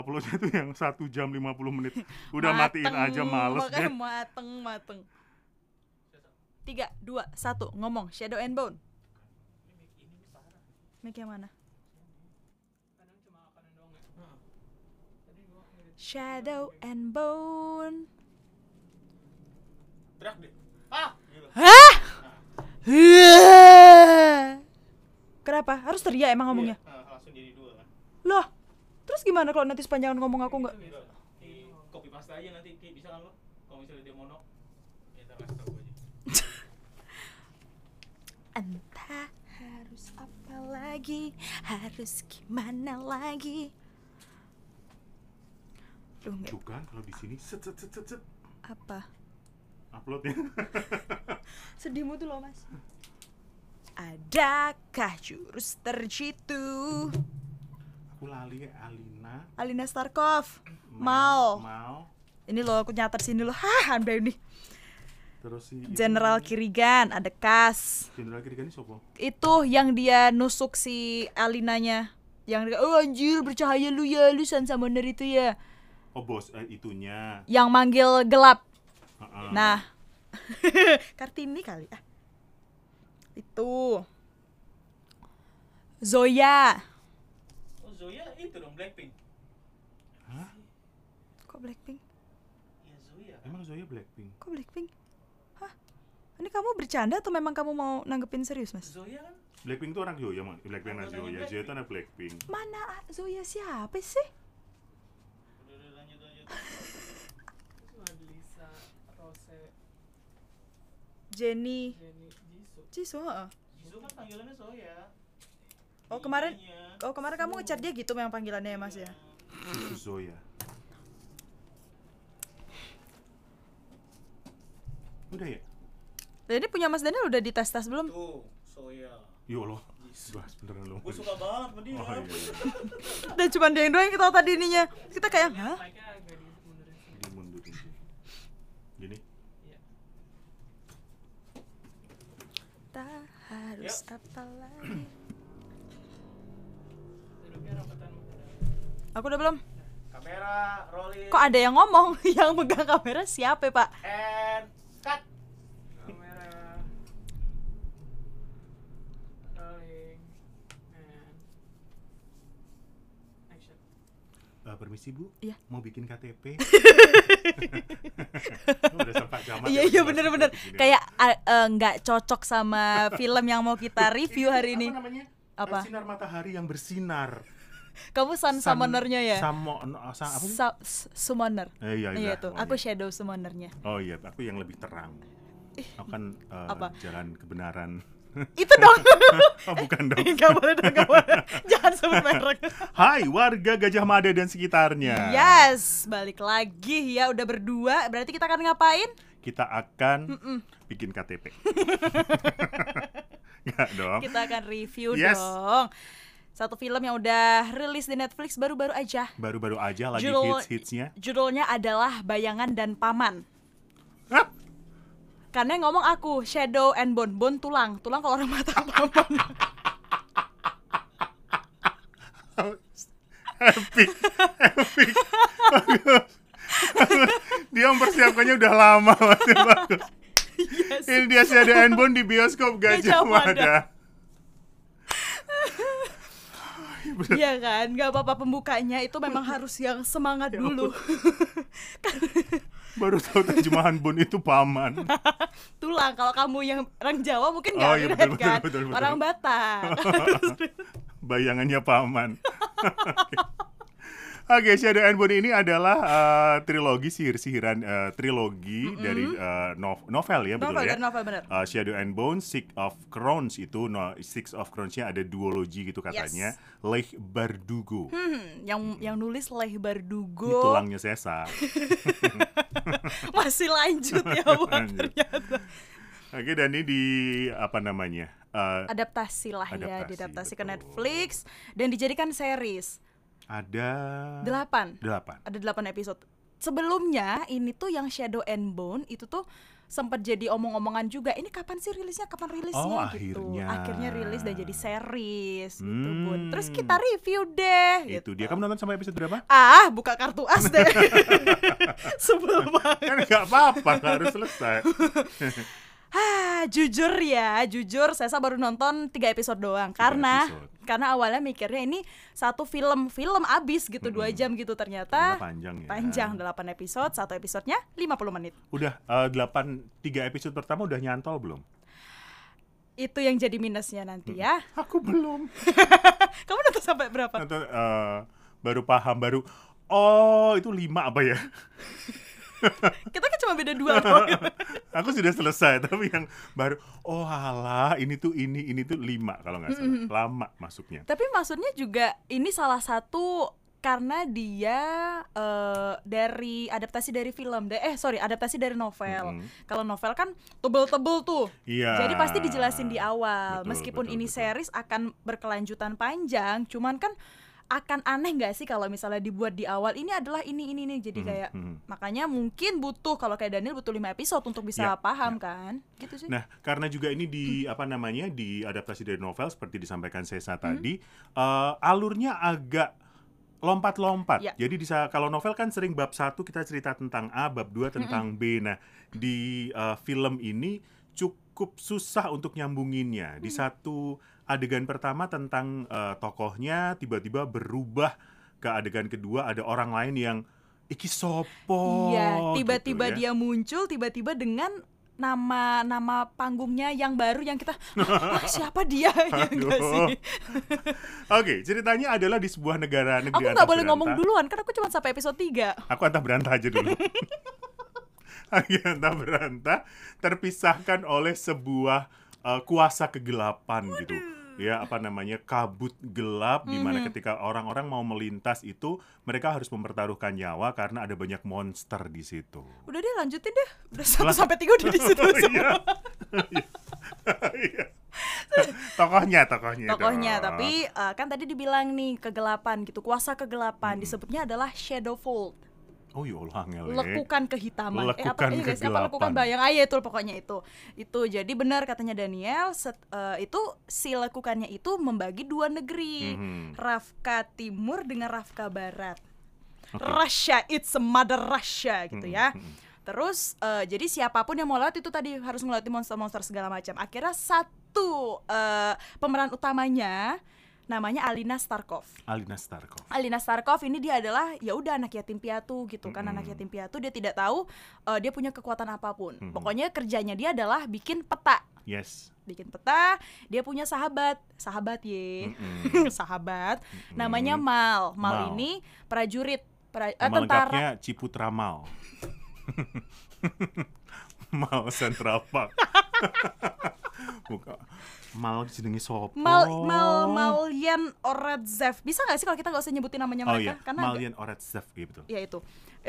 uploadnya tuh yang 1 jam 50 menit. Udah matiin aja, males deh. Mateng. 3, 2, 1, ngomong. Shadow and Bone. Mic yang mana? Shadow and Bone. Teriak deh. Ah! Gitu. Hah? Kenapa? Harus teriak emang ngomongnya? Iya, langsung jadi 2 kan. Loh, terus gimana kalau nanti sepanjang ngomong aku nggak? Copy paste aja nanti, bisa kan lo? Kalau misalnya dia mono, ya ntar kasih tau gue aja. Entah harus apa lagi, harus gimana lagi. Duh, nggak. Tuh kan kalau di sini set. Apa? Uploadnya. Sedihmu tuh loh, Mas. Adakah jurus terjitu? Aku lali ya, Alina Starkov. Mal. Ini loh aku nyatet sini loh. Anda ini. Terus si General Kirigan, ada Kas. General Kirigan ini sopo? Itu yang dia nusuk si Alinanya. Yang dia, oh anjir bercahaya lu ya, lu Sansa Summoner itu ya. Oh bos, itunya. Yang manggil gelap. Nah. Kartini kali ah. Itu Zoya. Oh Zoya itu dong Blackpink. Hah? Kok Blackpink? Ya Zoya. Emang Zoya Blackpink? Kok Blackpink? Hah? Ini kamu bercanda atau memang kamu mau nanggepin serius, Mas? Zoya kan? Blackpink tuh anak Zoya, Blackpink anak Zoya. Zoya tuh anak Blackpink. Mana Zoya siapa sih? Udah lanjut. Lisa, Rose, Jenny, Jisoo. Jisoo, heeh. Jisoo kan panggilannya Zoya. Oh kemarin kamu ngechat dia gitu memang panggilannya ya, Mas ya? Itu Zoya. Udah ya? Jadi punya Mas Daniel udah dites belum? Tuh, Zoya. Ya Allah. Bahas beneran lo. Gue suka banget sama dia. Oh iya. Dan cuma dia yang doang yang ketawa tadi ininya. Kita kayak, hah? Mic-nya agak dimundurin sedikit. Dimundurin sih. Gini. Iya. Tak harus apa lagi. Duduknya rapetan. Aku udah belum? Kamera rolling. Kok ada yang ngomong? Yang megang kamera siapa ya, Pak? And cut. Kamera. Rolling. And action. Permisi Bu, Iya. mau bikin KTP? Udah sempat jaman. Iya bener-bener kayak nggak cocok sama film yang mau kita review hari ini. Apa namanya? Apa? Sinar matahari yang bersinar. Kamu Sun Summoner-nya ya? Apa sih? Summoner. Iya Tuh. Oh, Aku iya. Shadow Summoner-nya. Oh iya, aku yang lebih terang. Aku kan Apa? jalan kebenaran. Itu dong. Oh bukan dong. Gak boleh. Jangan sebut merek. Hai warga Gajah Mada dan sekitarnya. Yes, balik lagi ya, udah berdua. Berarti kita akan ngapain? Kita akan bikin KTP. Enggak dong. Kita akan review Yes. dong. Satu film yang udah rilis di Netflix baru-baru aja. Baru-baru aja lagi hits-hitsnya. Judulnya adalah Bayangan dan Paman. Hah? Karena yang ngomong aku, Shadow and Bone. Bone tulang kalau orang mata paman. Epic. Dia mempersiapkannya udah lama. Masih bagus. Yes. Ini dia Shadow and Bone di bioskop Gajah Mada. Iya kan, gak apa-apa pembukanya itu memang harus yang semangat dulu. Baru tahu terjemahan Bone itu paman. Tulang, kalau kamu yang orang Jawa mungkin gak Oh, iya, relate kan. betul. Orang Batak. Bayangannya paman. Oke, Shadow and Bone ini adalah trilogi sihir-sihiran trilogi dari novel ya, betul ya? Novel bener. Shadow and Bone, Six of Crowns itu Six of Crowns-nya ada duologi gitu katanya. Yes. Leigh Bardugo. Yang nulis Leigh Ini Bardugo. tulangnya Sesa. Masih lanjut ya buat Lanjut. ternyata. Oke, dan ini di apa namanya? Adaptasi lah ya, Adaptasi, diadaptasi ke betul. Netflix dan dijadikan series. Ada 8. 8. Ada 8 episode. sebelumnya ini tuh yang Shadow and Bone itu tuh sempat jadi omong-omongan juga. Ini kapan sih rilisnya? Kapan rilisnya gitu. Akhirnya rilis dan jadi series gitu, Bun. Terus kita review deh. Itu dia. Kamu nonton sampai episode berapa? Buka kartu as deh. Sebel banget. Kan nggak apa-apa, nggak harus selesai. Jujur Sesa baru nonton 3 episode doang. Karena awalnya mikirnya ini satu film abis gitu 2 jam gitu, ternyata panjang 8 episode, satu episodenya 50 menit. Udah 3 episode pertama udah nyantol belum? Itu yang jadi minusnya nanti ya. Aku belum. Kamu nonton sampai berapa? Nonton baru paham oh itu 5 apa ya? Kita kan cuma beda 2 doang. Aku sudah selesai, tapi yang baru alah ini tuh 5 kalau nggak salah. Lama masuknya. Tapi maksudnya juga ini salah satu karena dia dari adaptasi dari film adaptasi dari novel. Kalau novel kan tebel-tebel tuh. Iya. Jadi pasti dijelasin di awal. Meskipun betul. series akan berkelanjutan panjang, cuman kan akan aneh nggak sih kalau misalnya dibuat di awal ini adalah ini jadi kayak makanya mungkin butuh, kalau kayak Daniel butuh 5 episode untuk bisa paham kan gitu sih. Nah, karena juga ini di diadaptasi dari novel seperti disampaikan Sesa tadi, alurnya agak lompat-lompat. Jadi kalau novel kan sering bab 1 kita cerita tentang A, bab 2 tentang B. Nah, di film ini cukup susah untuk nyambunginnya. Di satu adegan pertama tentang tokohnya tiba-tiba berubah ke adegan kedua, ada orang lain yang iki sopo. Iya, tiba-tiba gitu, dia muncul tiba-tiba dengan nama panggungnya yang baru yang kita siapa dia ya enggak sih. Oke, ceritanya adalah di sebuah negeri Aku nggak boleh ngomong duluan karena aku cuma sampai episode 3. Aku antah berantah aja dulu. Antah berantah terpisahkan oleh sebuah kuasa kegelapan gitu. Ya, kabut gelap di mana ketika orang-orang mau melintas itu mereka harus mempertaruhkan nyawa karena ada banyak monster di situ. Udah deh, lanjutin deh. Udah 1 sampai 3 udah di situ semua. Iya. Tokohnya tapi kan tadi dibilang nih kegelapan gitu, kuasa kegelapan disebutnya adalah Shadowfold. Oh ya Allah, lekukan kehitaman. Lekukan lekukan bayang itu pokoknya itu. Jadi benar katanya Daniel, itu si lekukannya itu membagi 2 negeri. Ravka Timur dengan Ravka Barat. Russia, it's a mother Russia gitu ya. Terus jadi siapapun yang mau lewat itu tadi harus ngelewati monster-monster segala macam. Akhirnya satu pemeran utamanya namanya Alina Starkov. Alina Starkov ini dia adalah ya udah anak yatim piatu gitu kan, anak yatim piatu, dia tidak tahu dia punya kekuatan apapun. Pokoknya kerjanya dia adalah bikin peta. Yes. Bikin peta, dia punya sahabat namanya Mal. Mal ini prajurit Nama tentara. lengkapnya Ciputra Mal. Mal Central Park. Bukan. Mal jenenge sopo? Malyan Oretsev. Bisa nggak sih kalau kita nggak usah nyebutin namanya mereka? Karena Malyan Oretsev, iya betul. Ya itu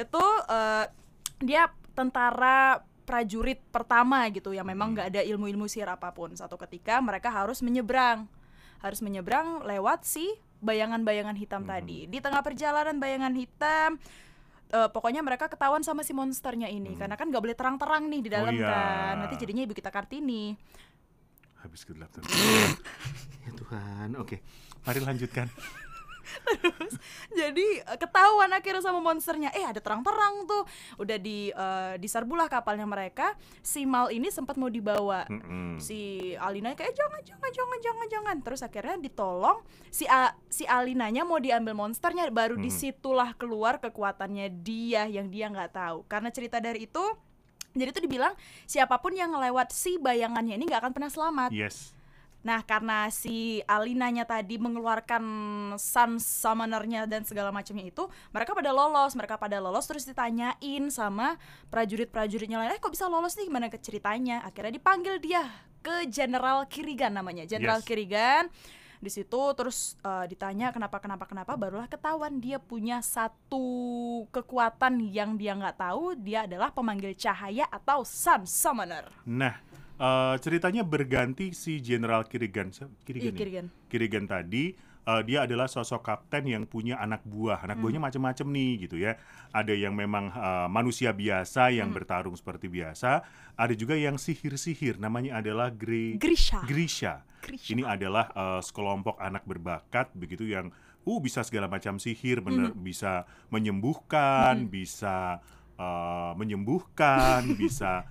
dia tentara prajurit pertama gitu yang memang nggak ada ilmu sihir apapun. Satu ketika mereka harus menyeberang lewat si bayangan-bayangan hitam tadi. Di tengah perjalanan bayangan hitam, pokoknya mereka ketahuan sama si monsternya ini karena kan nggak boleh terang-terang nih di dalam kan. Nanti jadinya Ibu Kita Kartini. Habis gelap tuh. Ya Tuhan, oke. Mari lanjutkan. Terus jadi ketahuan akhirnya sama monsternya. Ada terang-terang tuh. Udah diserbulah kapalnya mereka. Si Mal ini sempat mau dibawa. Si Alina kayak jangan. Terus akhirnya ditolong. Si Alinanya mau diambil monsternya. Baru disitulah keluar kekuatannya dia yang dia nggak tahu. Karena cerita dari itu, jadi itu dibilang siapapun yang ngelewat si bayangannya ini nggak akan pernah selamat. Yes. Nah, karena si Alinanya tadi mengeluarkan Sun Summoner-nya dan segala macamnya itu, mereka pada lolos terus ditanyain sama prajurit-prajuritnya lain, kok bisa lolos nih, gimana ceritanya? Akhirnya dipanggil dia ke General Kirigan namanya, Kirigan. Di situ terus ditanya kenapa barulah ketahuan dia punya satu kekuatan yang dia nggak tahu, dia adalah pemanggil cahaya atau Sun Summoner. Nah, ceritanya berganti si General Kirigan Kirigan tadi dia adalah sosok kapten yang punya anak buah. Anak buahnya macam-macam nih gitu ya. Ada yang memang manusia biasa yang bertarung seperti biasa. Ada juga yang sihir-sihir. Namanya adalah Grisha. Ini adalah sekelompok anak berbakat begitu yang bisa segala macam sihir, bener, bisa menyembuhkan, bisa bisa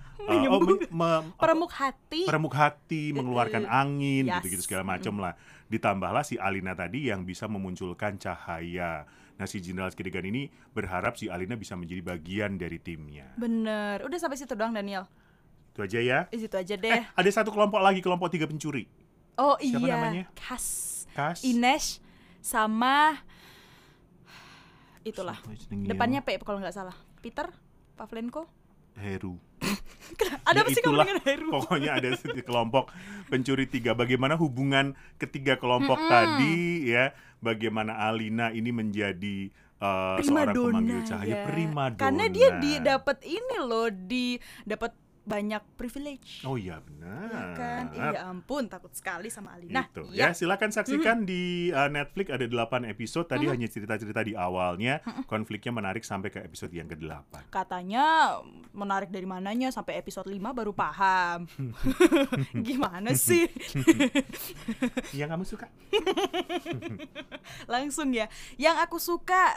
peremuk hati, mengeluarkan angin, gitu-gitu segala macam lah. Ditambahlah si Alina tadi yang bisa memunculkan cahaya. Nah, si Jenderal Skidigan ini berharap si Alina bisa menjadi bagian dari timnya. Bener, udah sampai situ doang Daniel. Itu aja ya. Itu aja deh. Ada satu kelompok lagi, kelompok 3 pencuri. Oh siapa iya, namanya? Kas, Ines, sama itulah. Depannya P kalau nggak salah. Peter, Pavlenko, Heru. Ada apa sih kamu itulah, dengan Heru? Pokoknya ada kelompok pencuri 3. Bagaimana hubungan ketiga kelompok tadi ya? Bagaimana Alina ini menjadi seorang pemanggil cahaya, primadona. Karena dia dapat ini loh, dapat banyak privilege. Oh iya benar. Ya kan? Iya ampun, takut sekali sama Alina. Gitu. Ya, silakan saksikan di Netflix, ada 8 episode. Tadi hanya cerita-cerita di awalnya. Konfliknya menarik sampai ke episode yang ke-8. Katanya menarik dari mananya sampai episode 5 baru paham. Gimana sih? Yang kamu suka? Langsung ya. Yang aku suka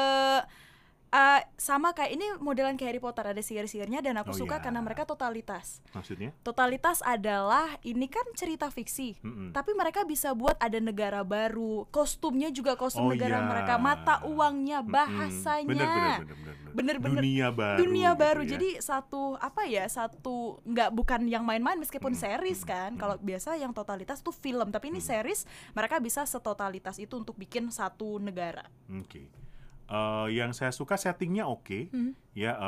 sama kayak ini modelan kayak Harry Potter, ada sihir-sihirnya dan aku suka karena mereka totalitas. Maksudnya? Totalitas adalah ini kan cerita fiksi, tapi mereka bisa buat ada negara baru, kostumnya juga kostum negara mereka, mata uangnya, bahasanya, bener-bener dunia baru. Gitu ya? Jadi satu bukan yang main-main meskipun series kan. Kalau biasa yang totalitas tuh film, tapi ini series, mereka bisa setotalitas itu untuk bikin satu negara. Oke. Yang saya suka settingnya oke. Ya,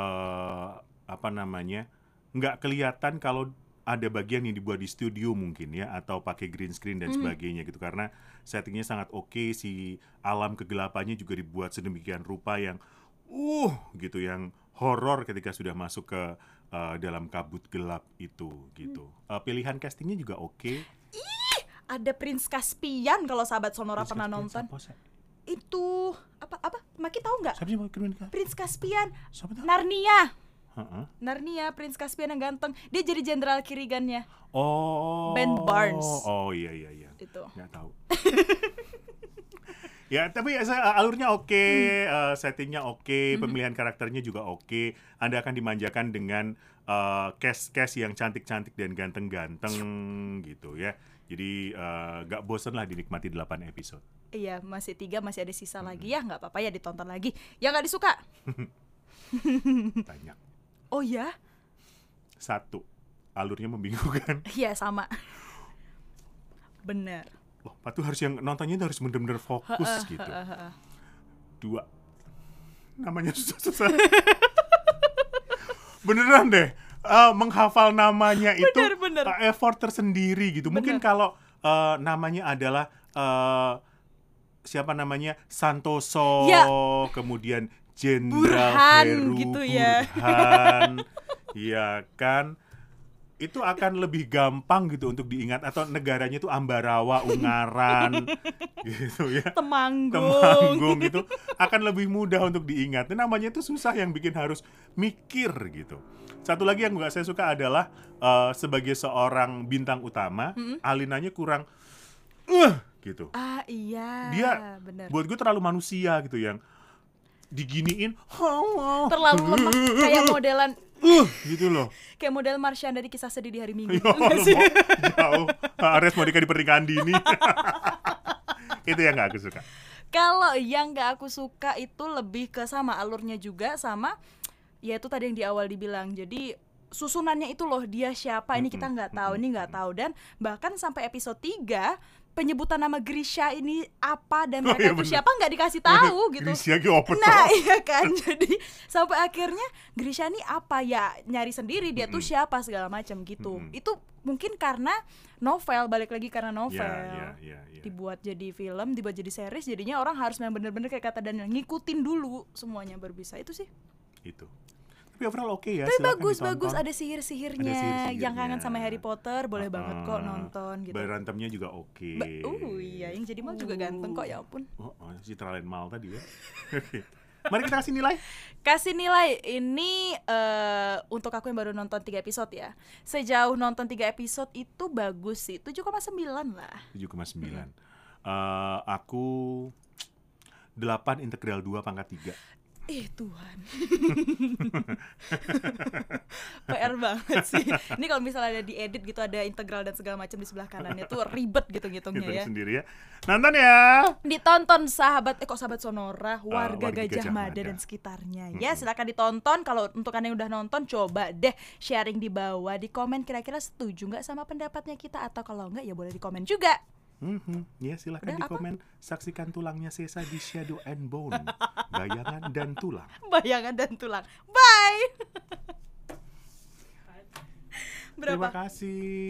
nggak kelihatan kalau ada bagian yang dibuat di studio mungkin ya, atau pakai green screen dan sebagainya gitu, karena settingnya sangat oke. Si alam kegelapannya juga dibuat sedemikian rupa yang gitu, yang horor ketika sudah masuk ke dalam kabut gelap itu gitu. Pilihan castingnya juga oke. Ada Prince Caspian kalau sahabat Sonora pernah nonton. Itu apa Maki tahu nggak? Prince Caspian, Narnia. Narnia, Prince Caspian yang ganteng. Dia jadi jenderal Kirigannya. Ben Barnes. Oh iya. Itu. Nggak tahu. Ya, tapi alurnya oke, settingnya oke, pemilihan karakternya juga oke. Anda akan dimanjakan dengan cast yang cantik-cantik dan ganteng-ganteng gitu ya. Jadi gak bosen lah dinikmati 8 episode. Iya, masih 3, masih ada sisa lagi ya, nggak apa-apa ya ditonton lagi. Yang nggak disuka? Banyak. Oh ya? 1, alurnya membingungkan. Iya, sama. Bener. Loh, Patu harus yang nontonnya itu harus bener-bener fokus gitu. 2, namanya susah-susah. Beneran deh, menghafal namanya itu effort tersendiri gitu. Mungkin kalau namanya adalah siapa namanya, Santoso, kemudian Jenderal Heru gitu ya. Burhan, ya kan, itu akan lebih gampang gitu untuk diingat. Atau negaranya itu Ambarawa, Ungaran gitu ya, Temanggung gitu, akan lebih mudah untuk diingat. Nah, namanya itu susah, yang bikin harus mikir gitu. Satu lagi yang gak saya suka adalah sebagai seorang bintang utama, Alinanya kurang gitu. Iya. Dia buat gue terlalu manusia gitu, yang diginiin terlalu lemah, kayak modelan gitu loh. Kayak model Marsyanda di Kisah Sedih di Hari Minggu. Jauh. Ares mau nikah di pernikahan dini. Itu yang gak aku suka. Kalau yang gak aku suka itu lebih ke sama alurnya juga, sama ya itu tadi yang di awal dibilang. Jadi susunannya itu loh, dia siapa, ini kita nggak tahu, ini nggak tahu. Dan bahkan sampai episode 3 penyebutan nama Grisha ini apa dan mereka itu siapa nggak dikasih tahu gitu. Nah iya kan, jadi sampai akhirnya Grisha ini apa ya, nyari sendiri dia tuh siapa segala macam gitu. Itu mungkin karena novel, balik lagi karena novel dibuat jadi film, dibuat jadi series, jadinya orang harus memang bener-bener kayak kata Daniel, ngikutin dulu semuanya baru bisa. Itu sih. Itu. Tapi overall oke ya. Tapi silakan bagus, ditonton. bagus. Ada sihir-sihirnya. Ada sihir-sihirnya. Yang kangen sama Harry Potter boleh banget kok nonton gitu. Berantemnya juga oke. Iya, yang jadi mal juga ganteng kok, ya ampun. Citra lain mal tadi ya. Oke. Mari kita kasih nilai. Kasih nilai ini untuk aku yang baru nonton 3 episode ya. Sejauh nonton 3 episode itu bagus sih. 7,9 lah. 7,9. Aku 8 integral 2 pangkat 3. Tuhan. PR banget sih. Ini kalau misalnya ada diedit gitu, ada integral dan segala macam di sebelah kanannya tuh ribet gitu ngitungnya ya. Sendiri ya. Nonton ya. Ditonton sahabat Sonora, warga Gajah Mada dan sekitarnya. Ya, silakan ditonton. Kalau untuk Anda yang udah nonton, coba deh sharing di bawah, di komen kira-kira setuju nggak sama pendapatnya kita, atau kalau nggak ya boleh di komen juga. Ya silakan di komen. Saksikan tulangnya Sesa di Shadow and Bone. Bayangan dan tulang. Bayangan dan tulang. Bye. Terima kasih.